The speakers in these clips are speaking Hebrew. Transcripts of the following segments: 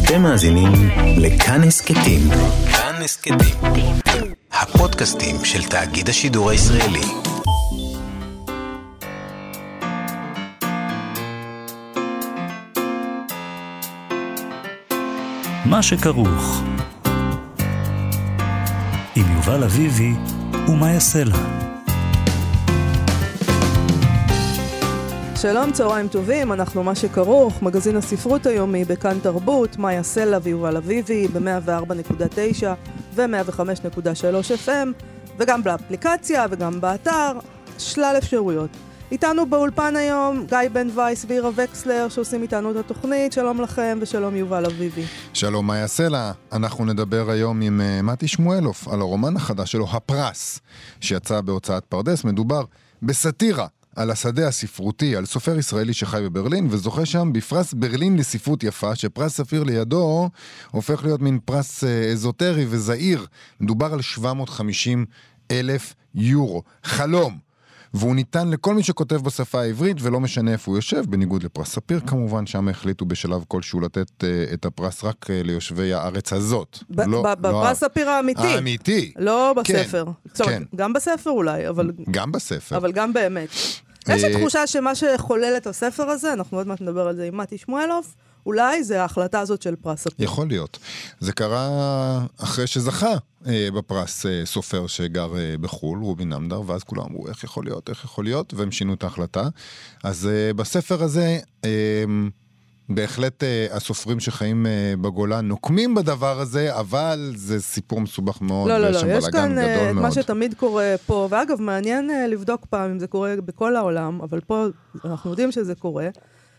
אתם מאזינים לכאן הסכתים. כאן הסכתים. הפודקאסטים של תאגיד השידור הישראלי. מה שכרוך. עם יובל אביבי ומה יעשה לה. שלום, צהריים טובים, אנחנו מה שכרוך, מגזין הספרות היומי בכאן תרבות, מה יעשה לה ויובל אביבי ב-104.9 ו-105.3 FM, וגם באפליקציה וגם באתר, שלל אפשרויות. איתנו באולפן היום גיא בן וייס ואירה וקסלר שעושים איתנו את התוכנית. שלום לכם ושלום יובל אביבי. שלום, מה יעשה לה? אנחנו נדבר היום עם מתי שמואלוף על הרומן החדש שלו, הפרס, שיצא בהוצאת פרדס. מדובר בסטירה על השדה הספרותי, על סופר ישראלי שחי בברלין, וזוכה שם בפרס ברלין לספרות יפה, שפרס ספיר לידו הופך להיות מין פרס אזוטרי וזעיר. מדובר על 750,000 יורו. חלום. והוא ניתן לכל מי שכותב בשפה העברית, ולא משנה איפה הוא יושב, בניגוד לפרס ספיר כמובן, שם החליטו בשלב כלשהו לתת את הפרס רק ליושבי הארץ הזאת. בפרס ספיר האמיתי. האמיתי. לא בספר. כן. גם בספר אולי, אבל... גם בספר. אבל גם באמת. יש לי תחושה שמה שחולל את הספר הזה, אנחנו עוד מעט נדבר על זה עם מתי שמואלוף, אולי זה ההחלטה הזאת של פרס ספיר. יכול להיות. זה קרה אחרי שזכה בפרס סופר שגר בחול, רובין נמדר, ואז כולם אמרו, איך יכול להיות, והם שינו את ההחלטה. אז בספר הזה, בהחלט הסופרים שחיים בגולן נוקמים בדבר הזה, אבל זה סיפור מסובך מאוד. לא, יש כאן מה שתמיד קורה פה, ואגב, מעניין לבדוק פעם אם זה קורה בכל העולם, אבל פה אנחנו יודעים שזה קורה,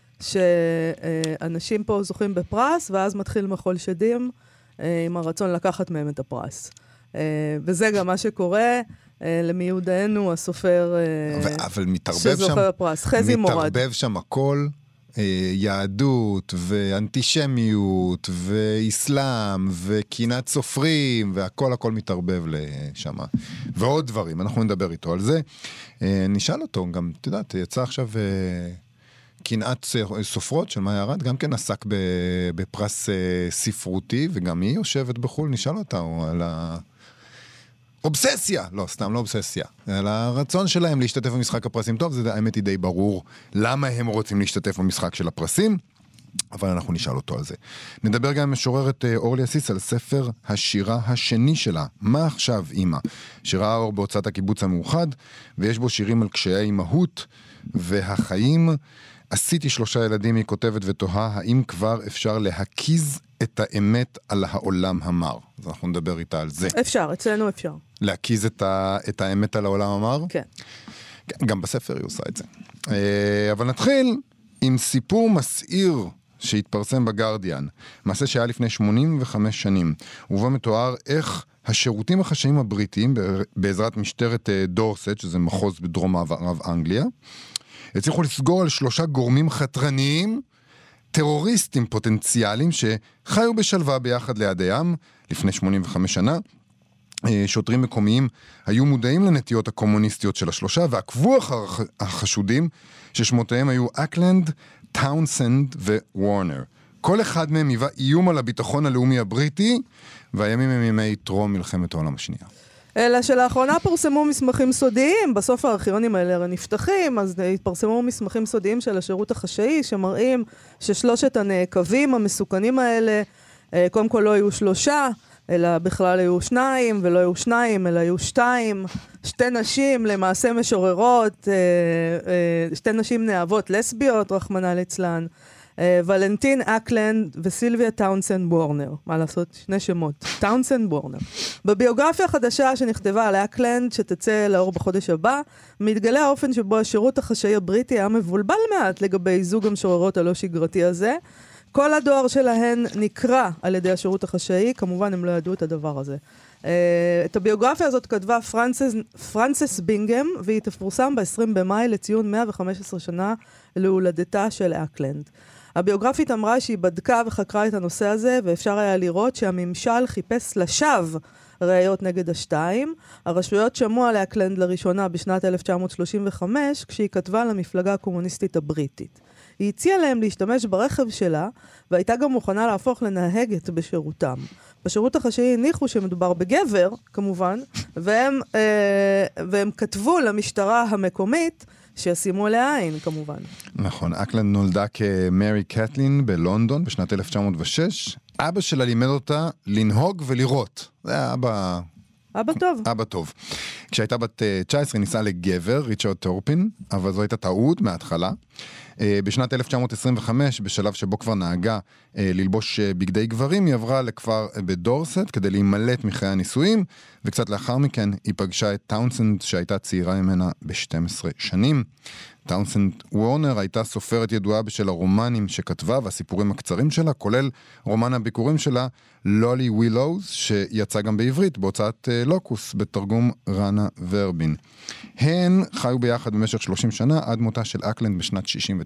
שאנשים פה זוכים בפרס, ואז מתחיל מחול שדים עם הרצון לקחת מהם את הפרס. וזה גם מה שקורה למיודענו, הסופר שזוכה בפרס, חזי מורד. מתערבב שם הכל, יהדות ואנטישמיות ואסלאם וקינת סופרים, והכל מתערבב לשם. ועוד דברים, אנחנו נדבר איתו על זה. נשאל אותו, גם, אתה יודעת, יצא עכשיו... קנאת סופרות של מאיה ארד, גם כן עסק בפרס ספרותי, וגם היא יושבת בחול, נשאל אותה על האובססיה, לא, סתם לא אובססיה, על הרצון שלהם להשתתף במשחק הפרסים. טוב, זה האמת היא די ברור למה הם רוצים להשתתף במשחק של הפרסים, אבל אנחנו נשאל אותו על זה. נדבר גם עם משוררת אורלי אסיס על ספר השירה השני שלה, מה עכשיו אמא? שראה אור בהוצאת הקיבוץ המאוחד, ויש בו שירים על קשיי אימהות והחיים. עשיתי 3 ילדים, היא כותבת ותוהה, האם כבר אפשר להקיז את האמת על העולם המר? אז אנחנו נדבר איתה על זה. אפשר, אצלנו אפשר. להקיז את האמת על העולם המר? כן. גם בספר היא עושה את זה. אבל נתחיל עם סיפור מסעיר שהתפרסם בגרדיאן, מעשה שהיה לפני 85 שנים, ובו מתואר איך השירותים החשאיים הבריטיים, בעזרת משטרת דורסט, שזה מחוז בדרום מערב אנגליה, הצליחו לסגור על 3 גורמים חתרניים, טרוריסטים פוטנציאליים, שחיו בשלווה ביחד ליד הים לפני 85 שנה. שוטרים מקומיים היו מודעים לנטיות הקומוניסטיות של ה3, ועקבו אחר החשודים, ששמותיהם היו אקלנד, טאונסנד ווורנר. כל אחד מהם היווה איום על הביטחון הלאומי הבריטי, והימים הם ימי טרום מלחמת העולם השנייה. אלא שלאחרונה פורסמו מסמכים סודיים, בסוף הארכיונים האלה נפתחים, אז התפרסמו מסמכים סודיים של השירות החשאי, שמראים ששלושת הנעקבים המסוכנים האלה, קודם כל לא היו 3, אלא בכלל היו 2, ולא היו 2, אלא היו 2, 2 נשים, למעשה משוררות, 2 נשים נאהבות לסביות, רחמנא ליצלן, ולנטין אקלנד וסילביה טאונסנד וורנר. מה לעשות? 2 שמות. טאונסנד וורנר. בביוגרפיה החדשה שנכתבה על אקלנד, שתצא לאור בחודש הבא, מתגלה האופן שבו השירות החשאי הבריטי היה מבולבל מעט לגבי זוג המשוררות הלא שגרתי הזה. כל הדואר שלהן נקרא על ידי השירות החשאי, כמובן הם לא ידעו את הדבר הזה. את הביוגרפיה הזאת כתבה פרנסס בינגהם, והיא תפורסם ב-20 במאי לציון 115 שנה להולדתה של אקלנד. הביוגרפית אמרה שהיא בדקה וחקרה את הנושא הזה, ואפשר היה לראות שהממשל חיפש לשווא ראיות נגד 2. הרשויות שמעו על אקלנד לראשונה בשנת 1935, כשהיא כתבה למפלגה הקומוניסטית הבריטית. היא הציעה להם להשתמש ברכב שלה, והייתה גם מוכנה להפוך לנהגת בשירותם. בשירות החשאי הניחו שמדובר בגבר, כמובן, והם כתבו למשטרה המקומית שישימו עליה עין, כמובן. נכון, אקלנד נולדה כמרי קטלין בלונדון בשנת 1906. אבא שלה לימד אותה לנהוג ולירות. זה היה אבא טוב. אבא טוב. כשהייתה בת 19 ניסה לגבר, ריצ'רד טורפין, אבל זו הייתה טעות מההתחלה. בשנת 1925, בשלב שבו כבר נהגה ללבוש בגדי גברים, היא עברה לכפר בדורסט כדי להימלט מחיי הנישואים, וקצת לאחר מכן היא פגשה את טאונסנד שהייתה צעירה ממנה ב-12 שנים. טאונסנד וורנר הייתה סופרת ידועה בשל הרומנים שכתבה והסיפורים הקצרים שלה, כולל רומן הביקורים שלה, לולי ווילאוז, שיצא גם בעברית בהוצאת לוקוס בתרגום רנה ורבין. הן חיו ביחד במשך 30 שנה עד מותה של אקלנד בשנת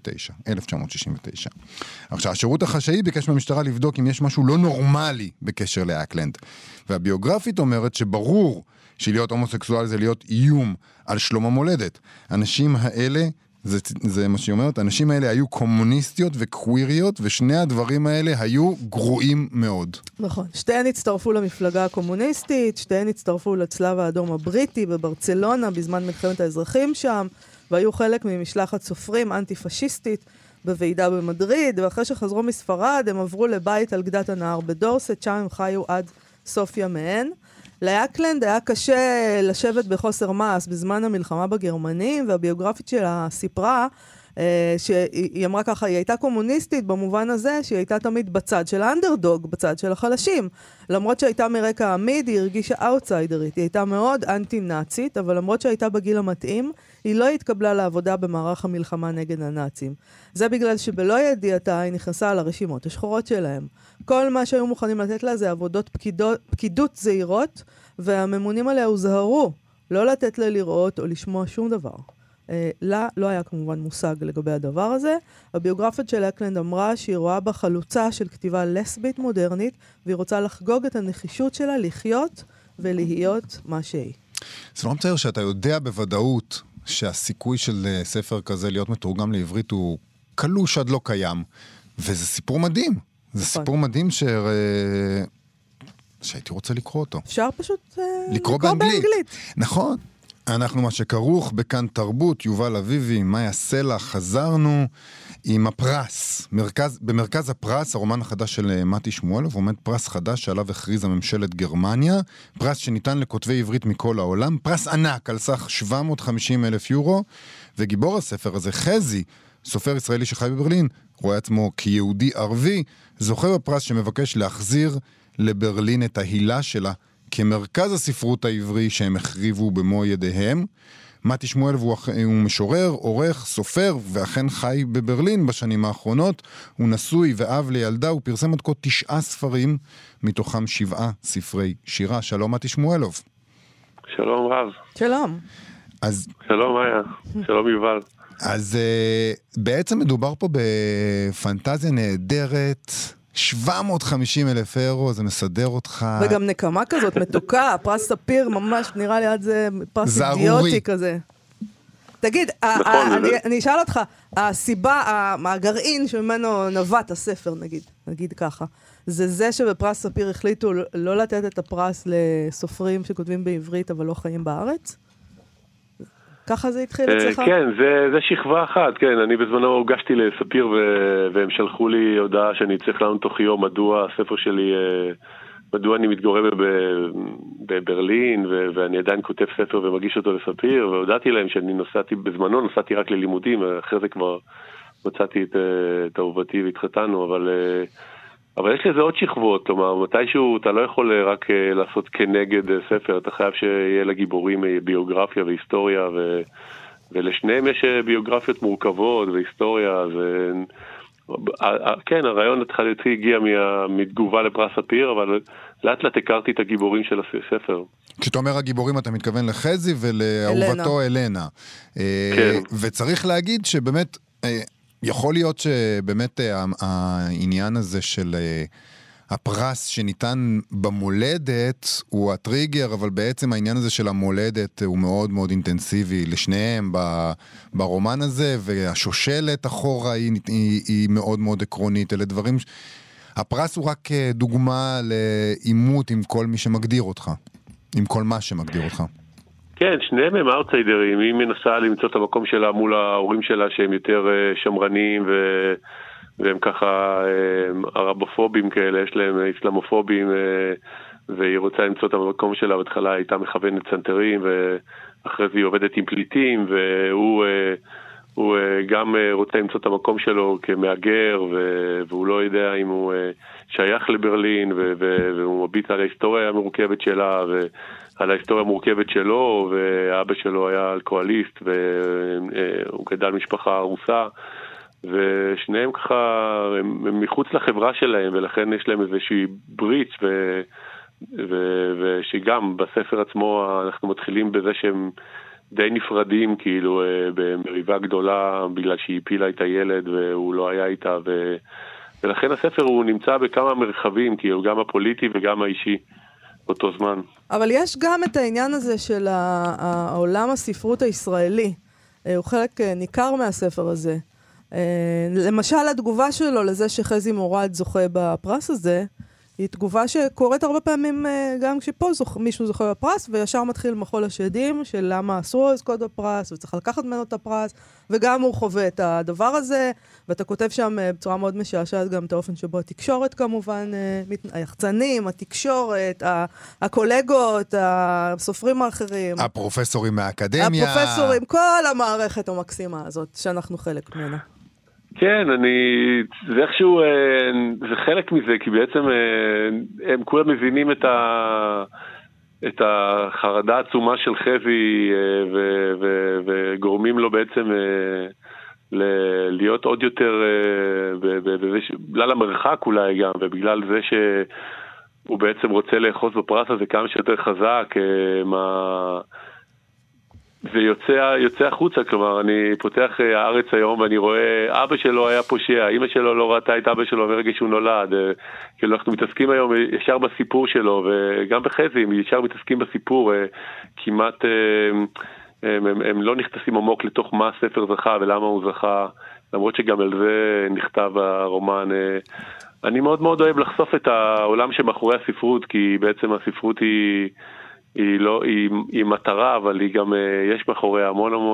1969. עכשיו, השירות החשאי ביקש מהמשטרה לבדוק אם יש משהו לא נורמלי בקשר לאקלנד. והביוגרפית אומרת שברור שלהיות הומוסקסואל זה להיות איום על שלום המולדת. האנשים האלה, זה מה שהיא אומרת, האנשים האלה היו קומוניסטיות וקוויריות, ושני הדברים האלה היו גרועים מאוד. נכון. שתיהן הצטרפו למפלגה הקומוניסטית, שתיהן הצטרפו לצלב האדום הבריטי בברצלונה, בזמן מלחמת האזרחים שם, והיו חלק ממשלחת סופרים אנטי-פשיסטית בוועידה במדריד, ואחרי שחזרו מספרד, הם עברו לבית על גדת הנהר בדורסט, שם הם חיו עד סוף ימיהן. לאקלנד היה קשה לשבת בחוסר מעש בזמן המלחמה בגרמנים, והביוגרפית שלה סיפרה שהיא אמרה ככה, היא הייתה קומוניסטית במובן הזה שהיא הייתה תמיד בצד של האנדרדוג, בצד של החלשים. למרות שהייתה מרקע עמיד, היא הרגישה אאוטסיידרית. היא הייתה מאוד אנטי-נאצית, אבל למרות שהייתה בגיל המתאים, היא לא התקבלה לעבודה במערך המלחמה נגד הנאצים. זה בגלל שבלא ידיעתה היא נכנסה על הרשימות השחורות שלהם. כל מה שהיו מוכנים לתת לה זה עבודות פקידות זהירות, והממונים עליה הוזהרו לא לתת לה לראות או לשמוע שום דבר. לה לא היה כמובן מושג לגבי הדבר הזה. הביוגרפית של אקלנד אמרה שהיא רואה בה חלוצה של כתיבה לסבית מודרנית, והיא רוצה לחגוג את הנחישות שלה לחיות ולהיות מה שהיא. זה לא מצער שאתה יודע בוודאות שהסיכוי של ספר כזה להיות מתורגם לעברית הוא קלוש עד לא קיים, וזה סיפור מדהים. זה סיפור מדהים שהייתי רוצה לקרוא אותו. אפשר פשוט לקרוא באנגלית. נכון. אנחנו מה שכרוך בכאן תרבות, יובל אביבי, מאיה סלע, חזרנו עם הפרס. במרכז הפרס, הרומן החדש של מתי שמואלוב, עומד פרס חדש שעליו הכריזה ממשלת גרמניה, פרס שניתן לכותבי עברית מכל העולם, פרס ענק על סך 750,000 יורו, וגיבור הספר הזה, חזי, סופר ישראלי שחי בברלין, רואה עצמו כיהודי ערבי, זוכה בפרס שמבקש להחזיר לברלין את ההילה שלה, כמרכז הספרות העברי שהם החריבו במו ידיהם. מתי שמואלוב הוא משורר, עורך, סופר, ואכן חי בברלין בשנים האחרונות. הוא נשוי ואב לילדה, הוא פרסם עד כה 9 ספרים, מתוכם 7 ספרי שירה. שלום מתי שמואלוב. שלום רב. שלום. שלום מאיה. שלום יובל. אז בעצם מדובר פה בפנטזיה נהדרת, 750,000 אירו, זה מסדר אותך. וגם נקמה כזאת, מתוקה, פרס ספיר, ממש נראה לי עד זה פרס אידיוטי כזה. תגיד, אני אשאל אותך, הסיבה, הגרעין שממנו נבט הספר, נגיד ככה, זה שבפרס ספיר החליטו לא לתת את הפרס לסופרים שכותבים בעברית אבל לא חיים בארץ? ככה זה התחיל אצלך? כן, זה שכבה אחת, כן. אני בזמנו הוגשתי לספיר והם שלחו לי הודעה שאני צריך לענות תוך יום מדוע הספר שלי, מדוע אני מתגורר בברלין ואני עדיין כותב ספר ומגיש אותו לספיר, והודעתי להם שאני בזמנו נסעתי רק ללימודים, אחרי זה כבר מצאתי את אהובתי והתחתנו, אבל יש לזה עוד שכבות, כלומר, מתישהו אתה לא יכול רק לעשות כנגד ספר, אתה חייב שיהיה לגיבורים ביוגרפיה והיסטוריה, ולשניהם יש ביוגרפיות מורכבות והיסטוריה, כן, הרעיון התחלתי הגיע מתגובה לפרס ספיר, אבל לאט לאט הכרתי את הגיבורים של הספר. כשאתה אומר הגיבורים, אתה מתכוון לחזי ולאהובתו אלנה. כן. וצריך להגיד שבאמת יכול להיות שבאמת העניין הזה של הפרס שניתן במולדת הוא הטריגר, אבל בעצם העניין הזה של המולדת הוא מאוד מאוד אינטנסיבי לשניהם ברומן הזה, והשושלת אחורה היא מאוד מאוד עקרונית. אלה דברים, הפרס הוא רק דוגמה לאימות עם כל מי שמגדיר אותך, עם כל מה שמגדיר אותך. כן, שניהם הם אאוטסיידרים, היא מנסה למצוא את המקום שלה מול ההורים שלה שהם יותר שמרנים והם ככה ערבופובים כאלה, יש להם אסלאמופובים, והיא רוצה למצוא את המקום שלה, בהתחלה הייתה מכוונת צנטרים, ואחרי זה היא עובדת עם פליטים, והוא גם רוצה למצוא את המקום שלו כמאגר, והוא לא יודע אם הוא שייך לברלין, והוא מביט על ההיסטוריה המורכבת שלה, על ההיסטוריה המורכבת שלו, ואבא שלו היה אלכוהוליסט, והוא גדל משפחה רוסה, ושניהם ככה, הם מחוץ לחברה שלהם, ולכן יש להם איזושהי ברית, ושגם בספר עצמו אנחנו מתחילים בזה שהם די נפרדים, כאילו, במריבה גדולה, בגלל שהיא הפילה את הילד, והוא לא היה איתה, ולכן הספר הוא נמצא בכמה מרחבים, כאילו, גם הפוליטי וגם האישי, באותו זמן. אבל יש גם את העניין הזה של העולם הספרות הישראלי, הוא חלק ניכר מהספר הזה. למשל, התגובה שלו לזה שחזי מורד זוכה בפרס הזה, היא תגובה שקורית הרבה פעמים גם כשפה מישהו זוכה בפרס, וישר מתחיל מחול השדים של למה אסור לזכות בפרס, וצריך לקחת ממנו את הפרס, וגם הוא חווה את הדבר הזה, ואתה כותב שם בצורה מאוד משעשעת גם את האופן שבו התקשורת כמובן, היחצנים, התקשורת, הקולגות, הסופרים האחרים. הפרופסורים מהאקדמיה. הפרופסורים, כל המערכת המקסימה הזאת שאנחנו חלק ממנה. כן, זה איכשהו, זה חלק מזה, כי בעצם הם כולם מבינים את החרדה העצומה של חזי, וגורמים לו בעצם להיות עוד יותר, בגלל המרחק אולי גם, ובגלל זה שהוא בעצם רוצה לאחוז בפרס הזה כמה שיותר חזק, זה יוצא החוצה, כלומר, אני פותח הארץ היום ואני רואה, אבא שלו היה פושע, אמא שלו לא ראתה את אבא שלו מרגע שהוא נולד, כאילו אנחנו מתעסקים היום ישר בסיפור שלו, וגם בחזי, הם ישר מתעסקים בסיפור, כמעט, הם לא נכנסים עמוק לתוך מה הספר זכה ולמה הוא זכה, למרות שגם על זה נכתב הרומן. אני מאוד מאוד אוהב לחשוף את העולם שמאחורי הספרות, כי בעצם הספרות היא מטרה, אבל היא גם, יש מאחוריה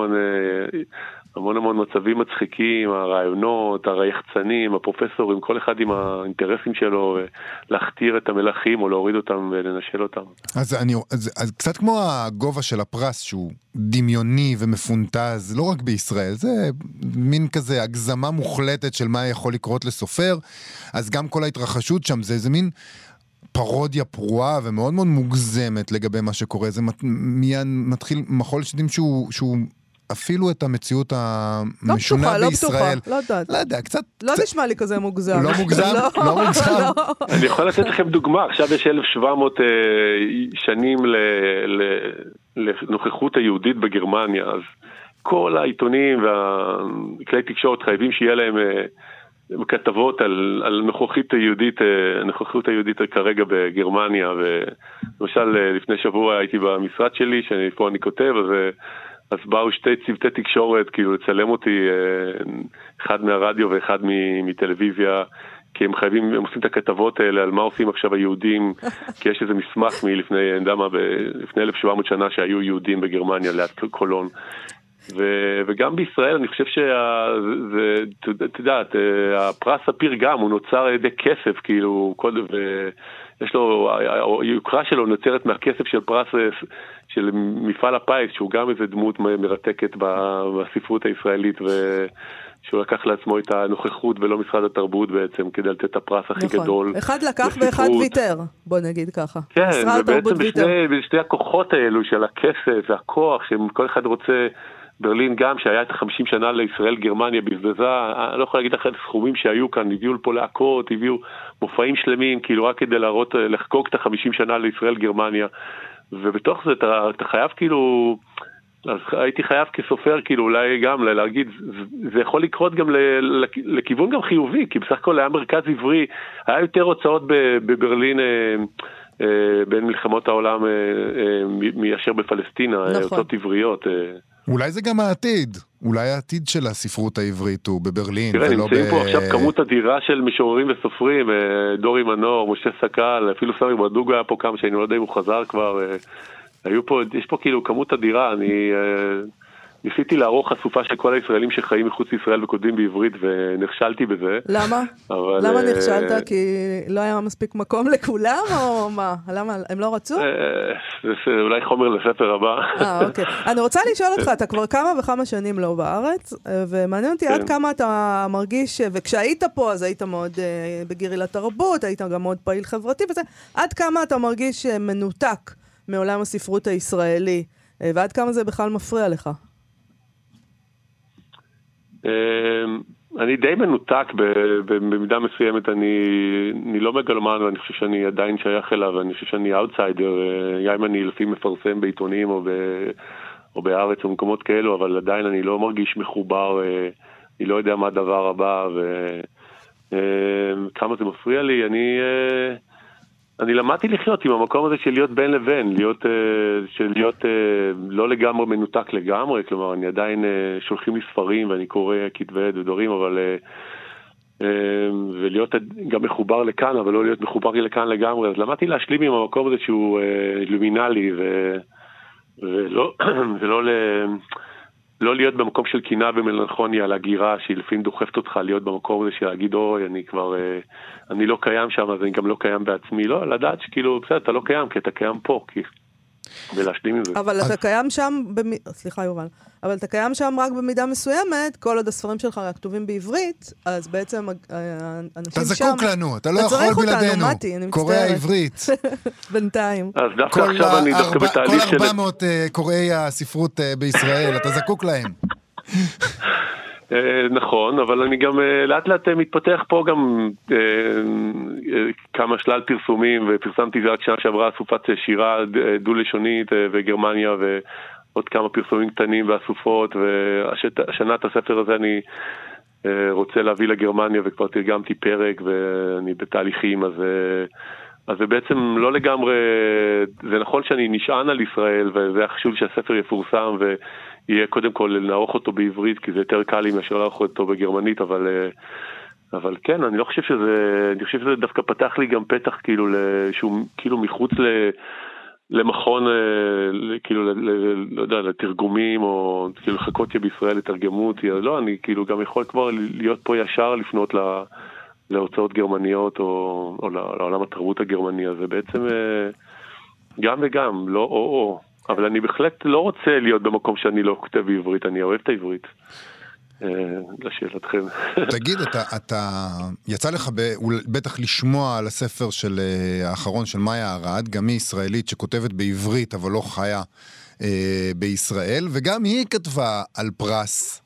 המון מצבים מצחיקים, הרעיונות, היחצנים, הפרופסורים, כל אחד עם האינטרסים שלו, להכתיר את המלכים או להוריד אותם ולנשל אותם. אז קצת כמו הגובה של הפרס, שהוא דמיוני ומפונטז, לא רק בישראל, זה מין כזה הגזמה מוחלטת של מה יכול לקרות לסופר, אז גם כל ההתרחשות שם זה מין פרודיה פרועה ומאוד מאוד מוגזמת לגבי מה שקורה. זה מיד מתחיל מחול שדים שהוא אפילו את המציאות המשונה בישראל. לא יודע, קצת... לא נשמע לי כזה מוגזם. לא מוגזם? לא מוגזם. אני יכול לתת לכם דוגמה. עכשיו יש 1700 שנים לנוכחות היהודית בגרמניה, אז כל העיתונים והכלי תקשורת חייבים שיהיה להם כתבות על נוכחות היהודית כרגע בגרמניה, ולמשל לפני שבוע הייתי במשרד שלי, שפה אני כותב, אז באו שתי צוותי תקשורת, כאילו לצלם אותי, אחד מהרדיו ואחד מטלוויזיה, כי הם עושים את הכתבות האלה על מה עושים עכשיו היהודים, כי יש איזה מסמך לפני 1700 שנה שהיו יהודים בגרמניה ליד קולון. וגם בישראל אני חושב אתה יודעת, הפרס ספיר גם, הוא נוצר על ידי כסף, כאילו, ויש לו, היוקרה שלו נוצרת מהכסף של פרס, של מפעל הפיס, שהוא גם איזה דמות מרתקת בספרות הישראלית, שהוא לקח לעצמו את הנוכחות ולא משרד התרבות בעצם, כדי לתת את הפרס הכי גדול. אחד לקח ואחד ויתר, בוא נגיד ככה. כן, ובעצם בשתי הכוחות האלו של הכסף והכוח, שכל אחד רוצה, ברלין גם, שהיה את 50 שנה לישראל גרמניה בזבזה, אני לא יכול להגיד לך את הסכומים שהיו כאן, הביאו לפה להקות, הביאו מופעים שלמים, כאילו רק כדי לחגוג את 50 שנה לישראל גרמניה, ובתוך זה אתה חייב כאילו אז הייתי חייב כסופר, כאילו אולי גם להגיד, זה יכול לקרות גם לכיוון גם חיובי, כי בסך הכל היה מרכז עברי, היה יותר הוצאות בברלין בין מלחמות העולם מאשר בפלסטינה, הוצאות עבריות. אולי זה גם העתיד, אולי העתיד של הספרות העברית הוא בברלין. תראה, נמצאים פה עכשיו כמות אדירה של משוררים וסופרים, דורי מנור, משה סקל, אפילו סמי ברדוגו היה פה כמה שאני לא יודע אם הוא חזר כבר, יש פה כאילו כמות אדירה, אני ניסיתי לערוך חשופה של כל הישראלים שחיים מחוץ לישראל וכותבים בעברית ונכשלתי בזה. למה? למה נכשלת? כי לא היה מספיק מקום לכולם או מה? למה? הם לא רצו? זה אולי חומר לספר הבא. אוקיי. אני רוצה לשאול אותך, אתה כבר כמה וכמה שנים לא בארץ, ומעניין אותי עד כמה אתה מרגיש, וכשהיית פה אז היית מאוד בגירי לתרבות, היית גם מאוד פעיל חברתי וזה, עד כמה אתה מרגיש מנותק מעולם הספרות הישראלי, ועד כמה זה בכלל מפריע לך? אני די מנותק במידה מסוימת, אני לא מגלמן ואני חושב שאני עדיין שייך אליו, ואני חושב שאני אאוטסיידר, גם אני לפעמים מפרסם בעיתונים או בארץ או מקומות כאלו, אבל עדיין אני לא מרגיש מחובר, אני לא יודע מה הדבר הבא וכמה זה מפריע לי. אני למדתי לחיות עם המקום הזה של להיות בין לבין, של להיות לא לגמרי מנותק לגמרי, כלומר אני עדיין שולחים לי ספרים ואני קורא כתבי עת ודברים, אבל ולהיות גם מחובר לכאן, אבל לא להיות מחובר לכאן לגמרי, אז למדתי להשלים עם המקום הזה שהוא לומינלי, ולא לא להיות במקום של קינה ומלנכוניה על הגירה שהיא לפעמים דוחפת אותך להיות במקום הזה של להגיד אוי אני לא קיים שם אז אני גם לא קיים בעצמי, לא, לדעת שכאילו בסדר, אתה לא קיים כי אתה קיים פה, ולהשלים עם זה. אבל אתה קיים שם, סליחה יובל, אבל אתה קיים שם רק במידה מסוימת, כל עוד הספרים שלך כתובים בעברית, אז בעצם אנשים שם... אתה זקוק לנו, אתה לא יכול בלעדינו, קורא העברית. בינתיים. אז דווקא עכשיו אני דווקא בתהליך של... כל 400 קוראי הספרות בישראל, אתה זקוק להם. נכון, אבל אני גם לאט לאט מתפתח פה גם כמה שלל פרסומים, ופרסמתי זה רק שנה שעברה אסופת שירה דו-לשונית וגרמניה ועוד כמה פרסומים קטנים ואסופות, והשנה את הספר הזה אני רוצה להביא לגרמניה וכבר תרגמתי פרק ואני בתהליכים, אז זה בעצם לא לגמרי, זה נכון שאני נשען על ישראל וזה חשוב שהספר יפורסם יהיה קודם כל לערוך אותו בעברית, כי זה יותר קל לי מאשר לערוך אותו בגרמנית, אבל כן, אני לא חושב אני חושב שזה דווקא פתח לי גם פתח שהוא כאילו מחוץ למכון, כאילו, לא יודע, לתרגומים, או כאילו לחכות בישראל לתרגמו אותי, לא, אני כאילו גם יכול כבר להיות פה ישר לפנות להוצאות גרמניות, או לעולם התרבות הגרמני, אז זה בעצם גם וגם, לא או. אבל אני בהחלט לא רוצה להיות במקום שאני לא כותב בעברית, אני אוהב את העברית. לשאלתכם. תגיד, אתה יצא לך בטח לשמוע על הספר האחרון של מאיה ארד, גם היא ישראלית שכותבת בעברית, אבל לא חיה בישראל, וגם היא כתבה על פרס,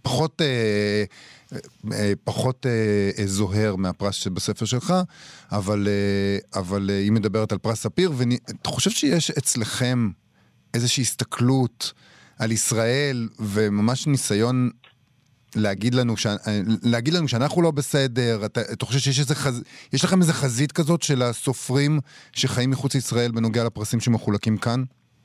פחות זוהר מהפרס שבספר שלך, אבל היא מדברת על פרס ספיר, ואתה חושב שיש אצלכם איזושהי הסתכלות על ישראל, וממש ניסיון להגיד לנו שאנחנו לא בסדר? אתה חושב שיש לכם איזו חזית כזאת של הסופרים שחיים מחוץ לישראל בנוגע לפרסים שמחולקים כאן?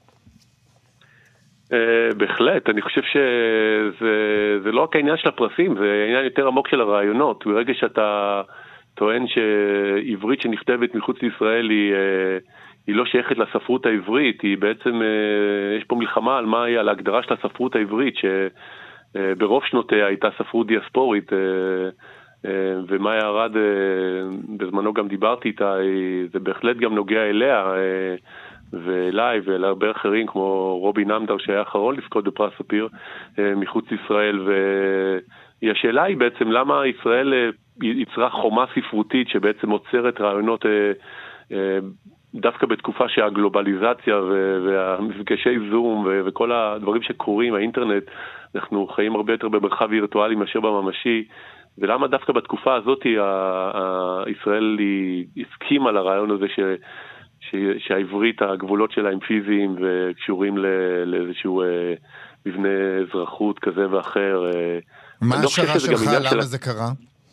בהחלט, אני חושב שזה לא רק העניין של הפרסים, זה העניין יותר עמוק של הרעיונות. ברגע שאתה טוען שעברית שנכתבת מחוץ לישראל היא לא שייכת לספרות העברית, היא בעצם, יש פה מלחמה על ההגדרה של הספרות העברית, שברוב שנותיה הייתה ספרות דיאספורית, ומאיה ארד, בזמנו גם דיברתי איתה, זה בהחלט גם נוגע אליה, ואליי ולהרבה אחרים, כמו רובי נמדר שהיה האחרון לפקוד בפרס ספיר מחוץ לישראל, והשאלה היא בעצם למה ישראל יצרה חומה ספרותית שבעצם עוצרת רעיונות דווקא בתקופה שהגלובליזציה והמפגשי זום וכל הדברים שקורים, האינטרנט, אנחנו חיים הרבה יותר במרחב וירטואלי מאשר בממשי, ולמה דווקא בתקופה הזאת ישראל הסכימה לרעיון הזה שהעברית, הגבולות שלה הם פיזיים וקשורים לאיזשהו מבנה אזרחות כזה ואחר. מה השערה שלך? למה זה קרה?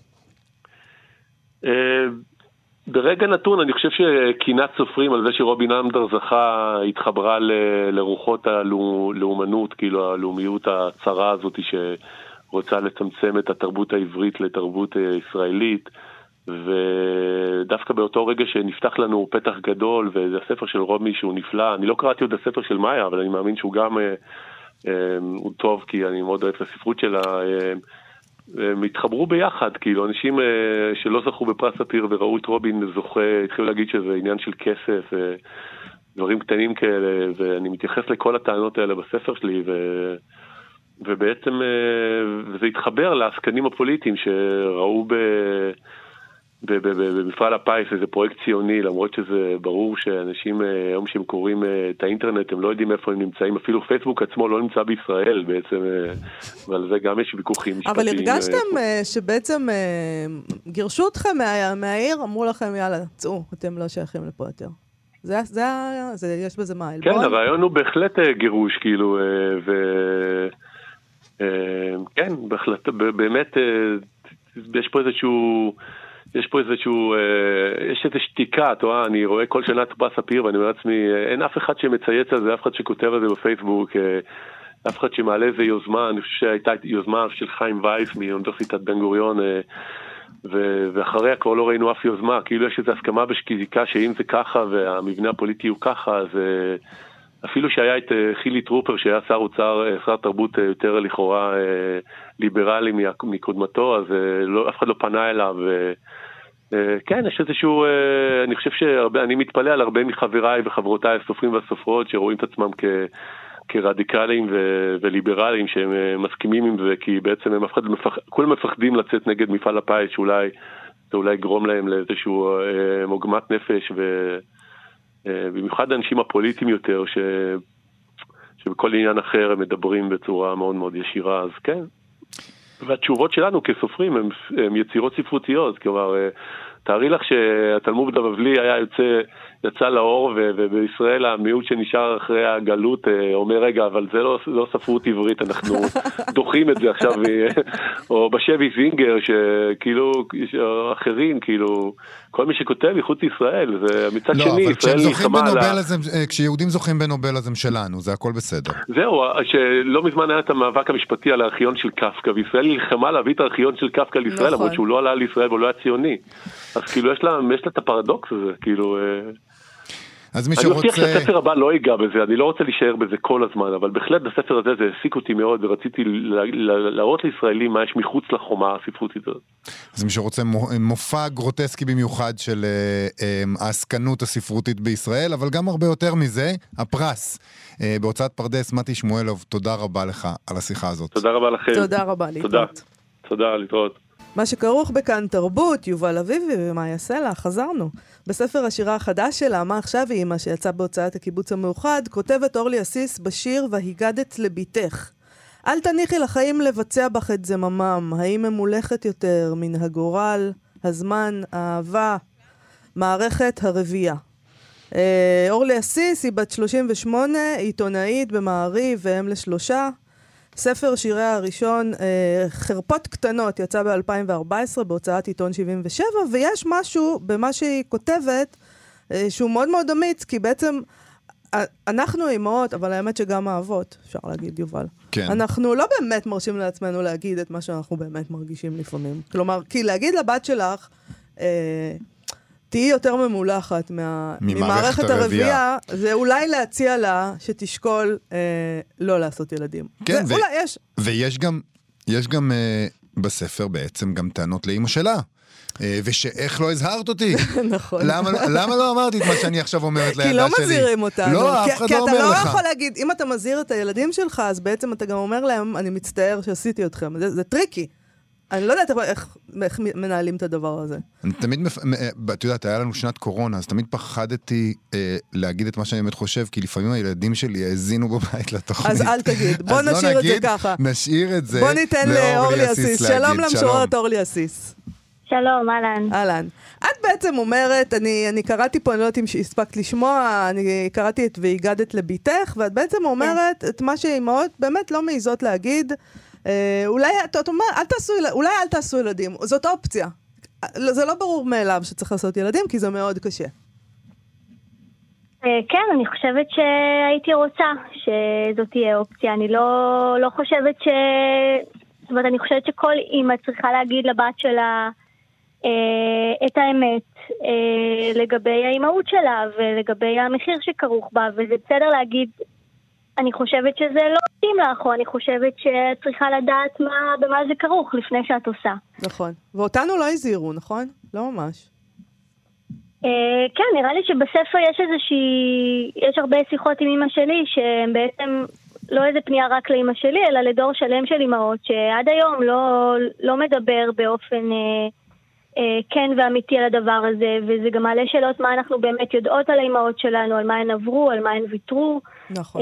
ברגע נתון, אני חושב שקינת סופרים על זה שרובין אמדר זכה, התחברה לרוחות הלאומנות, כאילו הלאומיות הצרה הזאת שרוצה לצמצם את התרבות העברית לתרבות ישראלית, ודווקא באותו רגע שנפתח לנו פתח גדול, וזה הספר של רומי שהוא נפלא, אני לא קראתי עוד הספר של מאיה, אבל אני מאמין שהוא גם הוא טוב, כי אני מאוד אוהב את הספרות שלה, הם התחברו ביחד, כאילו אנשים שלא זכו בפרס ספיר וראו את רובין זוכה, התחילו להגיד שזה עניין של כסף, דברים קטנים כאלה, ואני מתייחס לכל הטענות האלה בספר שלי, ובעצם זה התחבר לעסקנים הפוליטיים שראו במפעל הפיס איזה פרויקט ציוני, למרות שזה ברור שאנשים היום שהם קוראים את האינטרנט, הם לא יודעים איפה הם נמצאים, אפילו פייסבוק עצמו לא נמצא בישראל בעצם, ועל זה גם יש ויכוחים משפטיים. אבל הרגשתם שבעצם גירשו אתכם מהעיר, אמרו לכם יאללה, צאו, אתם לא שייכים לפה יותר. יש בזה מה, כן, הרעיון הוא בהחלט גירוש, כאילו, כן, בהחלט, באמת, יש פה איזשהו, יש איזו שתיקה, אני רואה כל שנה פרס ספיר ואני אומר לעצמי, אין אף אחד שמצייץ על זה, אף אחד שכותב על זה בפייסבוק, אף אחד שמעלה איזה יוזמה, אני חושב שהייתה יוזמה של חיים וייס מאוניברסיטת בן גוריון, ואחריה כבר לא ראינו אף יוזמה, כאילו יש איזו הסכמה בשתיקה שאם זה ככה והמבנה הפוליטי הוא ככה, אז אפילו שהיה את חילי טרופר שהיה שר תרבות יותר לכאורה ליברלי מקודמתו, אז אף אחד לא פנה אליו. כן, יש איזשהו, אני חושב שאני מתפלא על הרבה מחבריי וחברותיי הסופרים והסופרות שרואים את עצמם כרדיקליים וליברליים שהם מסכימים עם זה, כי בעצם הם כולם מפחדים לצאת נגד מפעל הפיס, שאולי זה אולי יגרום להם לאיזשהו מוגמת נפש, במיוחד האנשים הפוליטיים יותר שבכל עניין אחר הם מדברים בצורה מאוד מאוד ישירה, אז כן. והתשובות שלנו כסופרים הם יצירות ספרותיות, כלומר, תארי לך שהתלמוד הבבלי יצא לאור, ובישראל המיעוט שנשאר אחרי הגלות אומר, רגע, אבל זה לא ספרות עברית, אנחנו דוחים את זה עכשיו, או בשבי זינגר, שכאילו, אחרים, כאילו, כל מי שכותב מחוץ לישראל, זה מצד שני, ישראל נלחמה על כשיהודים זוכים בנובל, אז הם שלנו, זה הכל בסדר. זהו, שלא מזמן היה את המאבק המשפטי על הארכיון של קפקא, וישראל נלחמה להביא את הארכיון של קפקא לישראל, למרות שהוא לא עלה לישראל ולא היה ציוני. אז כאילו יש לה את הפרדוקס הזה, כאילו... אני מבטיח שהספר הבא לא ייגע בזה, אני לא רוצה להישאר בזה כל הזמן, אבל בהחלט בספר הזה זה העסיק אותי מאוד, ורציתי להראות לישראלים מה יש מחוץ לחומה הספרותית הזאת. אז מי שרוצה מופע גרוטסקי במיוחד של העסקנות הספרותית בישראל, אבל גם הרבה יותר מזה, הפרס. בהוצאת פרדס, מתי שמואלוב, תודה רבה לך על השיחה הזאת. תודה רבה לכם. תודה רבה, להתראות. תודה, להתראות. מה שכרוך בכאן תרבות, יובל אביבי ומאיה סלע, חזרנו. בספר השירה החדש שלה, מה עכשיו היא, מה שיצא בהוצאת הקיבוץ המאוחד, כותבת אורלי אסיס בשיר והיגדת לביתך. אל תניחי לחיים לבצע בך את זממם, האם ממולכת יותר מן הגורל, הזמן, האהבה, מערכת הרבייה. אורלי אסיס היא בת 38, עיתונאית במעריב ואם לשלושה. ספר שיריה הראשון, חרפות קטנות, יצא ב-2014 בהוצאת עיתון 77, ויש משהו במה שהיא כותבת שהוא מאוד מאוד אמיץ, כי בעצם אנחנו אימהות, אבל האמת שגם האבות, אפשר להגיד, יובל. כן. אנחנו לא באמת מרשים לעצמנו להגיד את מה שאנחנו באמת מרגישים לפעמים. כלומר, כי להגיד לבת שלך, תהי יותר ממולחת ממערכת הרבייה, זה אולי להציע לה שתשקול לא לעשות ילדים. כן, ויש גם בספר בעצם גם טענות לאמא שלה. ושאיך לא הזהרת אותי. נכון. למה לא אמרתי את מה שאני עכשיו אומרת לידה שלי? כי לא מזהירים אותנו. לא, אף אחד לא אומר לך. כי אתה לא יכול להגיד, אם אתה מזהיר את הילדים שלך, אז בעצם אתה גם אומר להם, אני מצטער שעשיתי אתכם. זה טריקי. אני לא יודעת איך מנהלים את הדבר הזה. אני תמיד, את יודעת, היה לנו שנת קורונה, אז תמיד פחדתי להגיד את מה שאני באמת חושב, כי לפעמים הילדים שלי האזינו בבית לתוכנית. אז אל תגיד, בוא נשאיר את זה ככה. נשאיר את זה בוא ניתן לאורלי אסיס. שלום למשוררת אורלי אסיס. שלום, אהלן. אהלן. את בעצם אומרת, אני קראתי פה, אני לא יודעת אם הספקת לשמוע, אני קראתי את והגדת לביתך, ואת בעצם אומרת את מה שאימהות באמת לא מעיזות להגיד, אולי אל תעשו ילדים, זאת אופציה. זה לא ברור מאליו שצריך לעשות ילדים, כי זה מאוד קשה. כן, אני חושבת שהייתי רוצה שזאת תהיה אופציה. אני לא חושבת זאת אומרת, אני חושבת שכל אימא צריכה להגיד לבת שלה את האמת לגבי האימהות שלה ולגבי המחיר שכרוך בה, וזה בסדר להגיד, אני חושבת שזה לא מתאים לך, או אני חושבת שצריכה לדעת במה זה כרוך לפני שאת עושה. נכון. ואותנו לא הזהירו, נכון? לא ממש. כן, נראה לי שבספר יש הרבה שיחות עם אמא שלי, שהן בעצם לא איזה פנייה רק לאמא שלי, אלא לדור שלם של אמהות, שעד היום לא מדבר באופן כן ואמיתי על הדבר הזה, וזה גם מעלה שאלות מה אנחנו באמת יודעות על האמהות שלנו, על מה הן עברו, על מה הן ויתרו. נכון.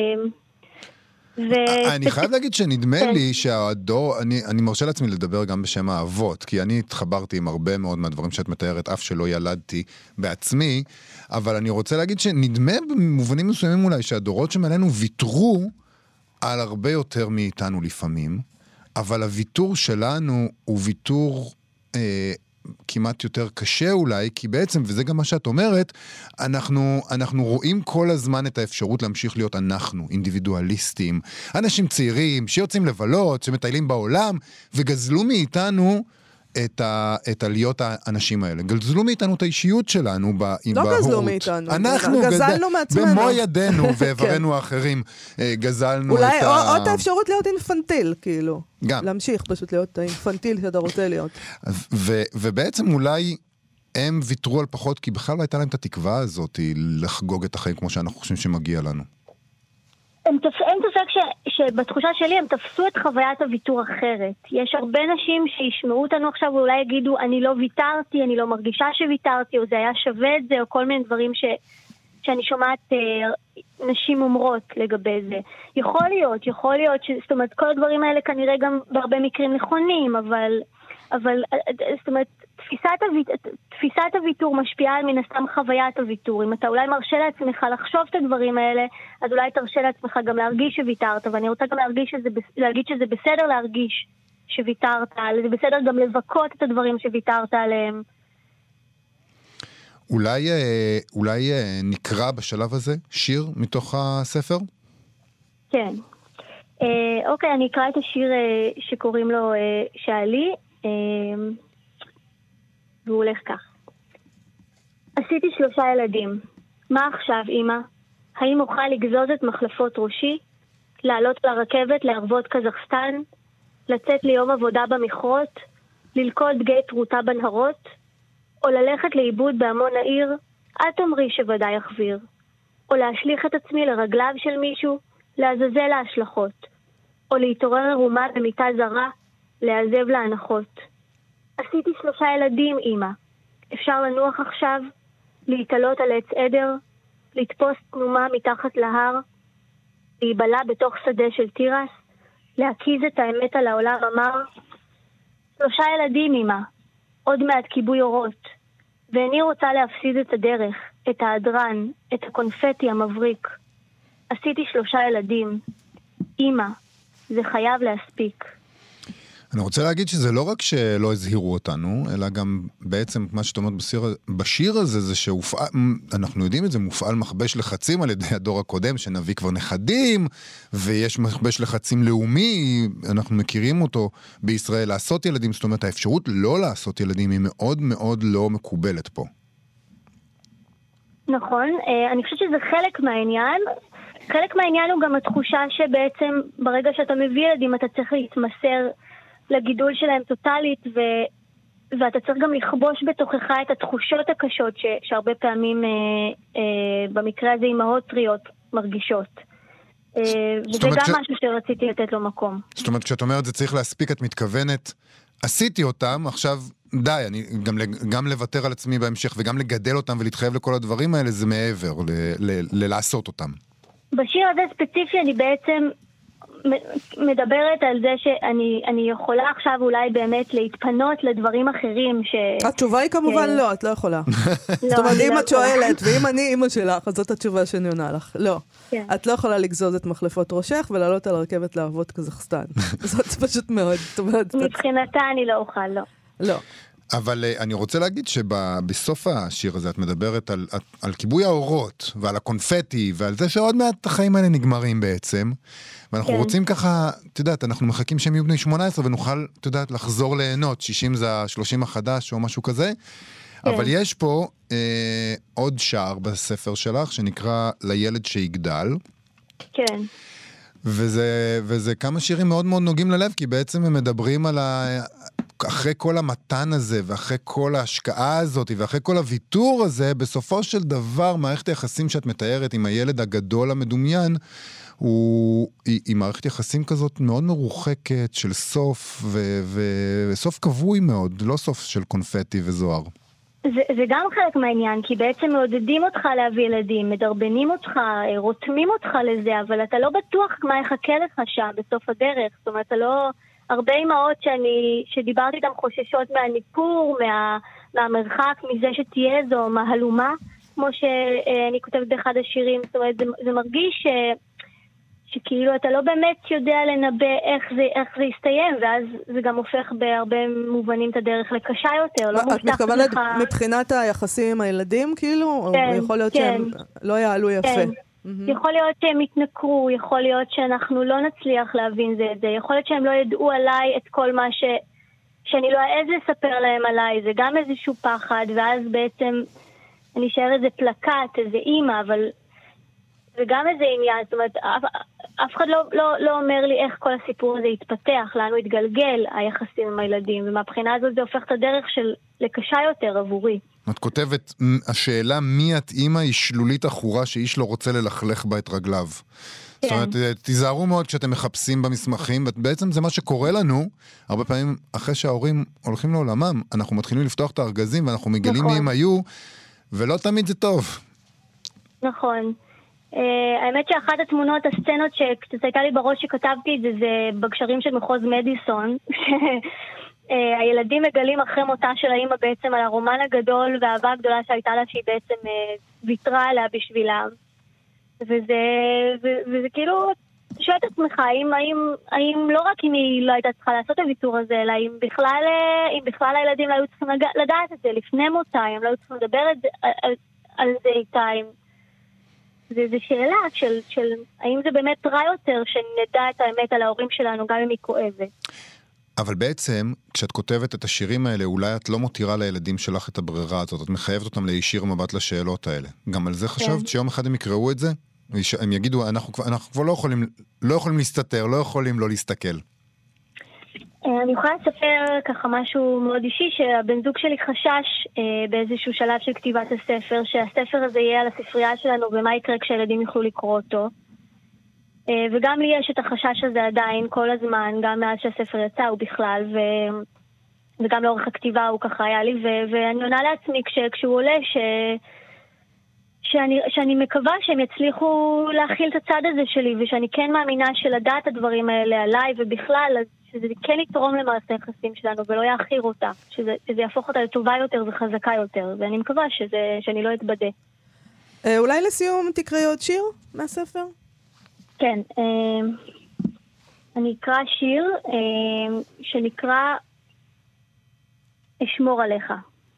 אני חייב להגיד שנדמה לי שהדור, אני מרשה לעצמי לדבר גם בשם האבות, כי אני התחברתי עם הרבה מאוד מהדברים שאת מתארת, אף שלא ילדתי בעצמי, אבל אני רוצה להגיד שנדמה במובנים מסוימים אולי שהדורות שמעלינו ויתרו על הרבה יותר מאיתנו לפעמים, אבל הוויתור שלנו הוא ויתור כמעט יותר קשה אולי, כי בעצם, וזה גם מה שאת אומרת, אנחנו רואים כל הזמן את האפשרות להמשיך להיות אנחנו, אינדיבידואליסטים, אנשים צעירים שיוצאים לבלות, שמטיילים בעולם, וגזלו מאיתנו את להיות האנשים האלה. גזלו מאיתנו את האישיות שלנו בהורות. לא גזלו מאיתנו. אנחנו גזלנו מעצמנו. במו ידינו ואיברנו האחרים גזלנו את ה... אולי עוד האפשרות להיות אינפנטיל, כאילו. גם. להמשיך פשוט להיות האינפנטיל שאתה רוצה להיות. ובעצם אולי הם ויתרו על פחות, כי בכלל לא הייתה להם את התקווה הזאת לחגוג את החיים כמו שאנחנו חושבים שמגיע לנו. אין ספק שבתחושה שלי הם תפסו את חוויית הוויתור אחרת. יש הרבה נשים שישמעו אותנו עכשיו ואולי יגידו, אני לא ויתרתי, אני לא מרגישה שוויתרתי, או זה היה שווה את זה, או כל מיני דברים שאני שומעת נשים אומרות לגבי זה. יכול להיות, זאת אומרת, כל הדברים האלה כנראה גם בהרבה מקרים נכונים, אבל זאת אומרת, תפיסת הוויתור משפיעה על מן הסתם חוויית הוויתור. אם אתה אולי מרשה לעצמך לחשוב את הדברים האלה, אז אולי תרשה לעצמך גם להרגיש שוויתרת, ואני רוצה גם להגיד שזה בסדר להרגיש שוויתרת, זה בסדר גם לבכות את הדברים שוויתרת עליהם. אולי נקרא בשלב הזה שיר מתוך הספר? כן. אוקיי, אני אקרא את השיר שקוראים לו שעלי, והוא הולך כך. עשיתי 3 ילדים. מה עכשיו, אמא? האם אוכל לגזוז את מחלפות ראשי? לעלות לרכבת לערבות קזחסטן? לצאת ליום עבודה במכרות? ללכוד גיא תרוטה בנהרות? או ללכת לאיבוד בהמון העיר? אל תאמרי שוודאי יחביר. או להשליך את עצמי לרגליו של מישהו? לעזאזל ההשלכות. או להתעורר ערומה במיטה זרה? לעזב להנחות. עשיתי 3 ילדים, אמא. אפשר לנוח עכשיו, להתעלות על עץ עדר, לתפוס תנומה מתחת להר, להיבלה בתוך שדה של תירס, להקיז את האמת על העולם אמר. 3 ילדים, אמא. עוד מעט כיבוי אורות. ואני רוצה להפסיד את הדרך, את האדרן, את הקונפטי המבריק. עשיתי 3 ילדים. אמא, זה חייב להספיק. אני רוצה להגיד שזה לא רק שלא הזהירו אותנו, אלא גם בעצם מה שאת אומרת בשיר הזה, זה אנחנו יודעים את זה, מופעל מכבש לחצים על ידי הדור הקודם, שנביא כבר נכדים, ויש מכבש לחצים לאומי, אנחנו מכירים אותו בישראל, לעשות ילדים, זאת אומרת, האפשרות לא לעשות ילדים היא מאוד מאוד לא מקובלת פה. נכון, אני חושבת שזה חלק מהעניין. חלק מהעניין הוא גם התחושה שבעצם ברגע שאתה מביא ילדים אתה צריך להתמסר לגידול שלהם טוטלית, ואתה צריך גם לכבוש בתוכך את התחושות הקשות שהרבה פעמים במקרה הזה אמהות טריות מרגישות. וזה גם משהו שרציתי לתת לו מקום. זאת אומרת, כשאת אומרת זה צריך להספיק, את מתכוונת, עשיתי אותם, עכשיו די, אני גם לוותר על עצמי בהמשך, וגם לגדל אותם ולהתחייב לכל הדברים האלה, זה מעבר לעשות אותם. בשיר הזה ספציפי אני בעצם מדברת על זה שאני יכולה עכשיו אולי באמת להתפנות לדברים אחרים התשובה היא כמובן לא, את לא יכולה. זאת אומרת, אם את שואלת, ואם אני אימא שלך, אז זאת התשובה שאני עונה לך. לא. את לא יכולה לגזוז את מחלפות ראשך ולעלות על הרכבת לעבוד קזחסטן. זאת פשוט מאוד. מבחינתה אני לא אוכל, לא. לא. אבל אני רוצה להגיד שבסוף השיר הזה את מדברת על כיבוי האורות ועל הקונפטי ועל זה שעוד מעט החיים האלה נגמרים בעצם, ואנחנו רוצים ככה, את יודעת, אנחנו מחכים שהם יהיו בני 18 ונוכל, את יודעת, לחזור ליהנות, 60 זה ה-30 החדש או משהו כזה, אבל יש פה עוד שער בספר שלך שנקרא לילד שיגדל. כן. וזה כמה שירים מאוד מאוד נוגעים ללב, כי בעצם הם מדברים על אחרי כל המתן הזה, ואחרי כל ההשקעה הזאת, ואחרי כל הוויתור הזה, בסופו של דבר, מערכת היחסים שאת מתארת עם הילד הגדול המדומיין, היא מערכת יחסים כזאת מאוד מרוחקת, של סוף, וסוף קבוי מאוד, לא סוף של קונפטי וזוהר. זה גם חלק מהעניין, כי בעצם מעודדים אותך להביא ילדים, מדרבנים אותך, רותמים אותך לזה, אבל אתה לא בטוח מה יחכה לך שם בסוף הדרך. זאת אומרת, אתה לא... הרבה אמהות שדיברתי איתן חוששות מהניפור, מהמרחק, מזה שתהיה איזו מהלומה, כמו שאני כותבת באחד השירים. זאת אומרת, זה מרגיש שכאילו אתה לא באמת יודע לנבא איך זה יסתיים, ואז זה גם הופך בהרבה מובנים את הדרך לקשה יותר. לא את מתכוונת מבחינת היחסים עם הילדים, כאילו? כן, יכול להיות שהם לא יעלו יפה. יכול להיות שהם יתנקרו, יכול להיות שאנחנו לא נצליח להבין זה את זה, יכול להיות שהם לא ידעו עליי את כל מה שאני לא אעז לספר להם עליי, זה גם איזשהו פחד, ואז בעצם אני אשאר איזה פלקט, איזה אימא, אבל זה גם איזה עניין, זאת אומרת, אף אחד לא אומר לי איך כל הסיפור הזה יתפתח, לנו יתגלגל היחסים עם הילדים, ומהבחינה הזאת זה הופך את הדרך של לקשה יותר עבורי. את כותבת, השאלה מי את אימא היא שלולית אחורה שאיש לא רוצה ללכלך בה את רגליו. זאת אומרת, תיזהרו מאוד כשאתם מחפשים במסמכים, ובעצם זה מה שקורה לנו, הרבה פעמים אחרי שההורים הולכים לעולמם, אנחנו מתחילים לפתוח את הארגזים, ואנחנו מגלים מי הם היו, ולא תמיד זה טוב. נכון. האמת שאחת התמונות, הסצנות שקצת הייתה לי בראש שכתבתי את זה, זה בגשרים של מחוז מדיסון, הילדים מגלים אחרי מותה של האמא בעצם על הרומן הגדול והאהבה הגדולה שהייתה לה שהיא בעצם ויתרה עליה בשבילם. וזה כאילו, שואל את עצמך, האם לא רק אם היא לא הייתה צריכה לעשות את הוויתור הזה, אלא אם בכלל הילדים לא היו צריכים לדעת את זה לפני מותה, הם לא היו צריכים לדבר על זה איתה. זה שאלה של האם זה באמת רע יותר שנדע את האמת על ההורים שלנו גם אם היא כואבת. אבל בעצם, כשאת כותבת את השירים האלה, אולי את לא מותירה לילדים שלך את הברירה הזאת, את מחייבת אותם להישיר מבט לשאלות האלה. גם על זה חשבת שיום אחד הם יקראו את זה? הם יגידו, אנחנו כבר לא יכולים להסתתר, לא יכולים לא להסתכל. אני יכולה לספר ככה משהו מאוד אישי, שהבן זוג שלי חשש באיזשהו שלב של כתיבת הספר, שהספר הזה יהיה על הספרייה שלנו, ומה יקרה כשהילדים יוכלו לקרוא אותו. וגם לי יש את החשש הזה עדיין כל הזמן, גם מאז שהספר יצא הוא בכלל, וגם לאורך הכתיבה הוא ככה היה לי, ואני עונה לעצמי כשהוא עולה שאני מקווה שהם יצליחו להכיל את הצד הזה שלי, ושאני כן מאמינה שלדעת הדברים האלה עליי ובכלל, שזה כן יתרום למערכת היחסים שלנו ולא יאחיר אותה, שזה יהפוך אותה לטובה יותר וחזקה יותר, ואני מקווה שאני לא אתבדה. אולי לסיום תקראי עוד שיר מהספר? כן, אני אקרא שיר שנקרא אשמור עליך.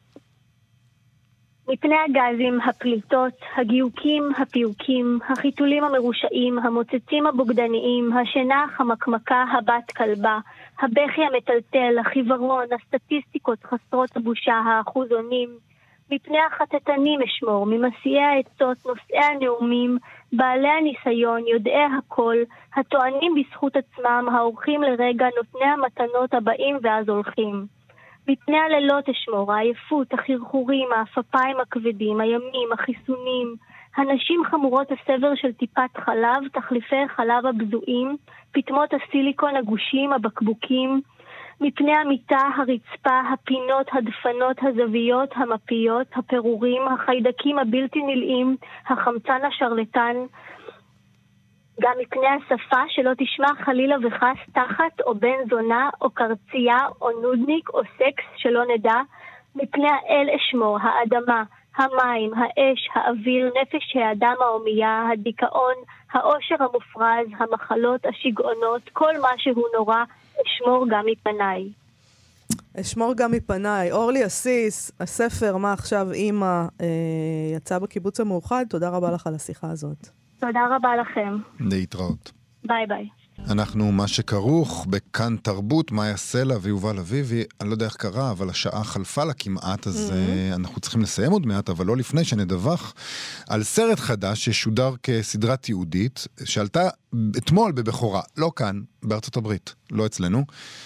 מפני הגזים, הפליטות, הגיוקים, הפיוקים, החיתולים המרושעים, המוצצים הבוגדניים, השנח, המקמקה, הבת כלבה, הבכי המטלטל, החיוורון, הסטטיסטיקות חסרות הבושה, האחוזונים, מפני החטטנים אשמור, ממסיעי העצות, נושאי הנאומים, בעלי הניסיון, יודעי הכל, הטוענים בזכות עצמם, האורחים לרגע, נותני המתנות הבאים ואז הולכים. מפני הלילות אשמור, העייפות, החרחורים, האפפיים הכבדים, הימים, החיסונים, הנשים חמורות הסבר של טיפת חלב, תחליפי חלב הבזועים, פטמות הסיליקון הגושים, הבקבוקים, מפני המיטה, הרצפה, הפינות, הדפנות, הזוויות, המפיות, הפירורים, החיידקים הבלתי נלאים, החמצן השרלטן, גם מפני השפה שלא תשמע חלילה וחס תחת או בן זונה או קרצייה או נודניק או סקס שלא נדע, מפני האל אשמור, האדמה, המים, האש, האוויר, נפש האדם ההומייה, הדיכאון, העושר המופרז, המחלות, השיגעונות, כל מה שהוא נורא, אשמור גם מפניי. אשמור גם מפניי. אורלי אסיס, הספר מה עכשיו אמא יצא בקיבוץ המאוחד, תודה רבה לך על השיחה הזאת. תודה רבה לכם. להתראות. ביי ביי. אנחנו מה שכרוך בכאן תרבות, מאיה סלע ויובל אביבי, אני לא יודע איך קרה, אבל השעה חלפה לה כמעט, אז אנחנו צריכים לסיים עוד מעט, אבל לא לפני שנדווח על סרט חדש ששודר כסדרה תיעודית, שעלתה אתמול בבחורה, לא כאן, בארצות הברית, לא אצלנו,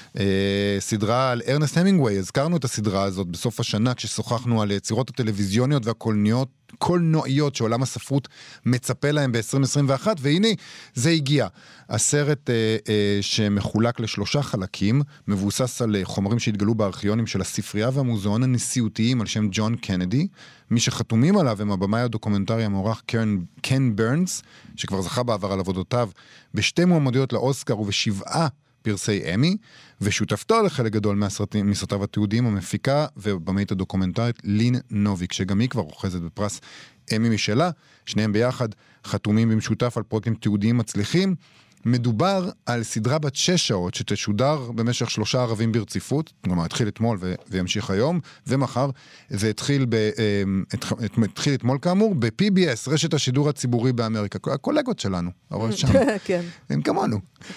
סדרה על ארנסט המינגווי. הזכרנו את הסדרה הזאת בסוף השנה, כששוחחנו על יצירות הטלוויזיוניות והקולנועיות שעולם הספרות מצפה להם ב-2021, והנה זה הגיע. הסרט שמחולק ל3 חלקים, מבוסס על חומרים שהתגלו בארכיונים של הספרייה והמוזיאון הנשיאותיים על שם ג'ון קנדי. מי שחתומים עליו הם הבמאי הדוקומנטרי המוערך קן ברנס, שכבר זכה בעבר על עבודותיו ב2 מועמדויות לאוסקר וב7 פרסי אמי, ושותפתו לחלק גדול מסרטיו התיעודיים, המפיקה ובמאית הדוקומנטרית לין נוביק, שגם היא כבר אוחזת בפרס אמי משלה. שניהם ביחד חתומים במשותף על פרויקטים תיעודיים מצליחים. מדובר על סדרה בת 6 שעות שתשודר במשך 3 ערבים ברציפות, כלומר התחיל אתמול וימשיך היום ומחר, זה התחיל אתמול כאמור ב-PBS, רשת השידור הציבורי באמריקה, הקולגות שלנו, אבל שם, הם כמונו.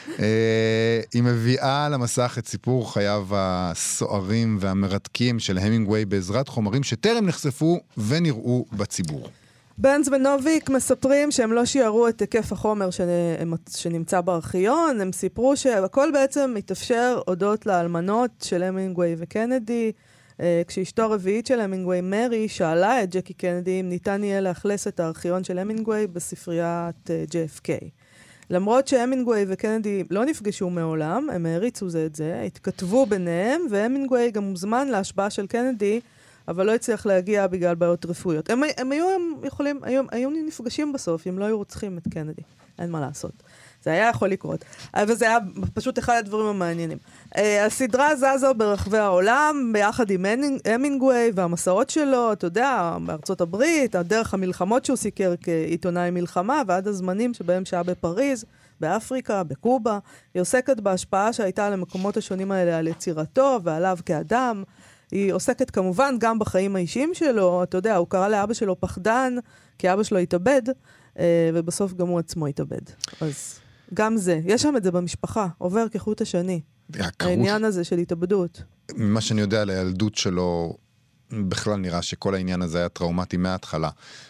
היא מביאה למסך את סיפור חייו הסוערים והמרתקים של המינגווי בעזרת חומרים שטרם נחשפו ונראו בציבור. ברנס ונוביק מספרים שהם לא שיערו את היקף החומר שנמצא בארכיון, הם סיפרו שהכל בעצם מתאפשר הודות לאלמנות של המינגווי וקנדי, כשאשתו הרביעית של המינגווי, מרי, שאלה את ג'קי קנדי אם ניתן יהיה לאכלס את הארכיון של המינגווי בספריית JFK. למרות שהמינגווי וקנדי לא נפגשו מעולם, הם הריצו זה את זה, התכתבו ביניהם, והמינגווי גם מוזמן להשפעה של קנדי, אבל לא הצליח להגיע בגלל בעיות רפואיות. הם היו נפגשים בסוף, אם לא היו רוצחים את קנדי. אין מה לעשות. זה היה יכול לקרות. אבל זה היה פשוט אחד הדברים המעניינים. הסדרה זזו ברחבי העולם, ביחד עם המינגווי והמסעות שלו, אתה יודע, בארצות הברית, דרך המלחמות שהוא סיקר כעיתונאי מלחמה, ועד הזמנים שבהם שהיה בפריז, באפריקה, בקובה. היא עוסקת בהשפעה שהייתה למקומות השונים האלה על יצירתו ועליו כאדם. היא עוסקת כמובן גם בחיים האישיים שלו, אתה יודע, הוא קרא לאבא שלו פחדן, כי אבא שלו התאבד, ובסוף גם הוא עצמו התאבד. אז גם זה, יש שם את זה במשפחה, עובר כחוט השני. העניין הזה של התאבדות. ממה שאני יודע על הילדות שלו, בכלל נראה שכל העניין הזה היה טראומטי מההתחלה.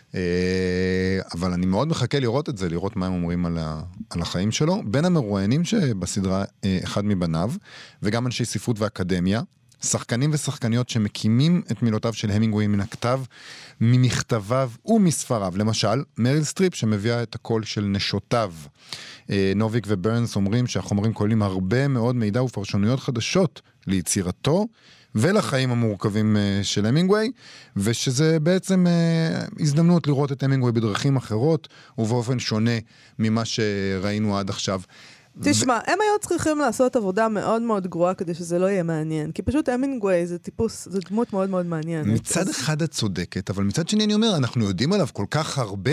אבל אני מאוד מחכה לראות את זה, לראות מה הם אומרים על החיים שלו. בין המרואיינים שבסדרה אחד מבניו, וגם אנשי ספרות ואקדמיה, שחקנים ושחקניות שמקימים את מילותיו של המינגווי מן הכתב, ממכתביו ומספריו. למשל, מריל סטריפ שמביאה את הקול של נשותיו. נוביק וברנס אומרים שהחומרים כוללים הרבה מאוד מידע ופרשנויות חדשות ליצירתו ולחיים המורכבים של המינגווי, ושזה בעצם הזדמנות לראות את המינגווי בדרכים אחרות ובאופן שונה ממה שראינו עד עכשיו. תשמע, הם היו צריכים לעשות עבודה מאוד מאוד גרועה כדי שזה לא יהיה מעניין, כי פשוט המינגווי זה טיפוס, זה דמות מאוד מאוד מעניינת. מצד אחד את צודקת, אבל מצד שני אני אומר, אנחנו יודעים עליו כל כך הרבה,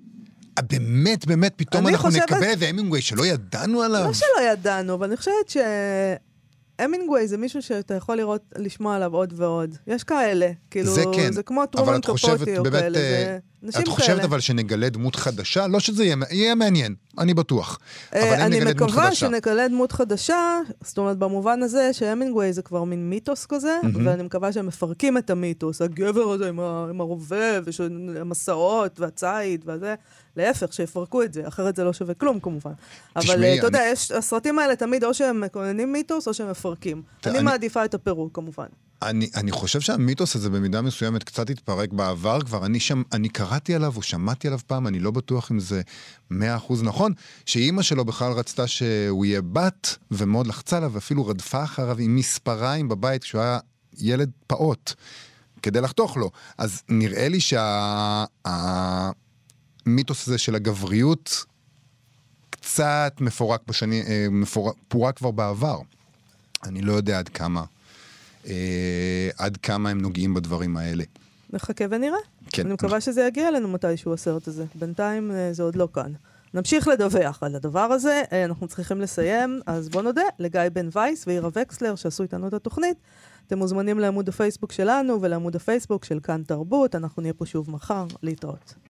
באמת, פתאום אנחנו נקבל והמינגווי שלא ידענו עליו. לא שלא ידענו, אבל אני חושבת המינגווי זה מישהו שאתה יכול לשמוע עליו עוד ועוד. יש כאלה, כאילו, זה כן, זה כמו טרומן קפוטי או כאלה, זה נשים כאלה. את חושבת אבל שנגלה דמות חדשה? לא שזה יהיה מעניין, אני בטוח. אני מקווה שנגלה דמות חדשה, זאת אומרת במובן הזה שהמינגווי זה כבר מין מיתוס כזה, ואני מקווה שהם מפרקים את המיתוס, הגבר הזה עם הרובה, והמסעות והציד וזה, להפך, שיפרקו את זה, אחרת זה לא שווה כלום כמובן. אבל אתה יודע, הסרטים האלה תמיד או שהם מקוננים מיתוס או שהם מפרקים. אני מעדיפה את הפירוק כמובן. אני חושב שהמיתוס הזה במידה מסוימת קצת התפרק בעבר כבר, אני קראתי עליו או שמעתי עליו פעם, אני לא בטוח אם זה 100% נכון, שאימא שלו בכלל רצתה שהוא יהיה בת, ומאוד לחצה עליו, ואפילו רדפה אחריו עם מספריים בבית כשהוא היה ילד פעוט, כדי לחתוך לו. אז נראה לי שהמיתוס הזה של הגבריות קצת פורק כבר בעבר. אני לא יודע עד כמה הם נוגעים בדברים האלה. נחכה ונראה. כן. אני מקווה שזה יגיע אלינו מתישהו הסרט הזה. בינתיים זה עוד לא כאן. נמשיך לדווח על הדבר הזה, אנחנו צריכים לסיים, אז בוא נודה לגיא בן וייס ואירה וקסלר שעשו איתנו את התוכנית. אתם מוזמנים לעמוד הפייסבוק שלנו ולעמוד הפייסבוק של כאן תרבות, אנחנו נהיה פה שוב מחר, להתראות.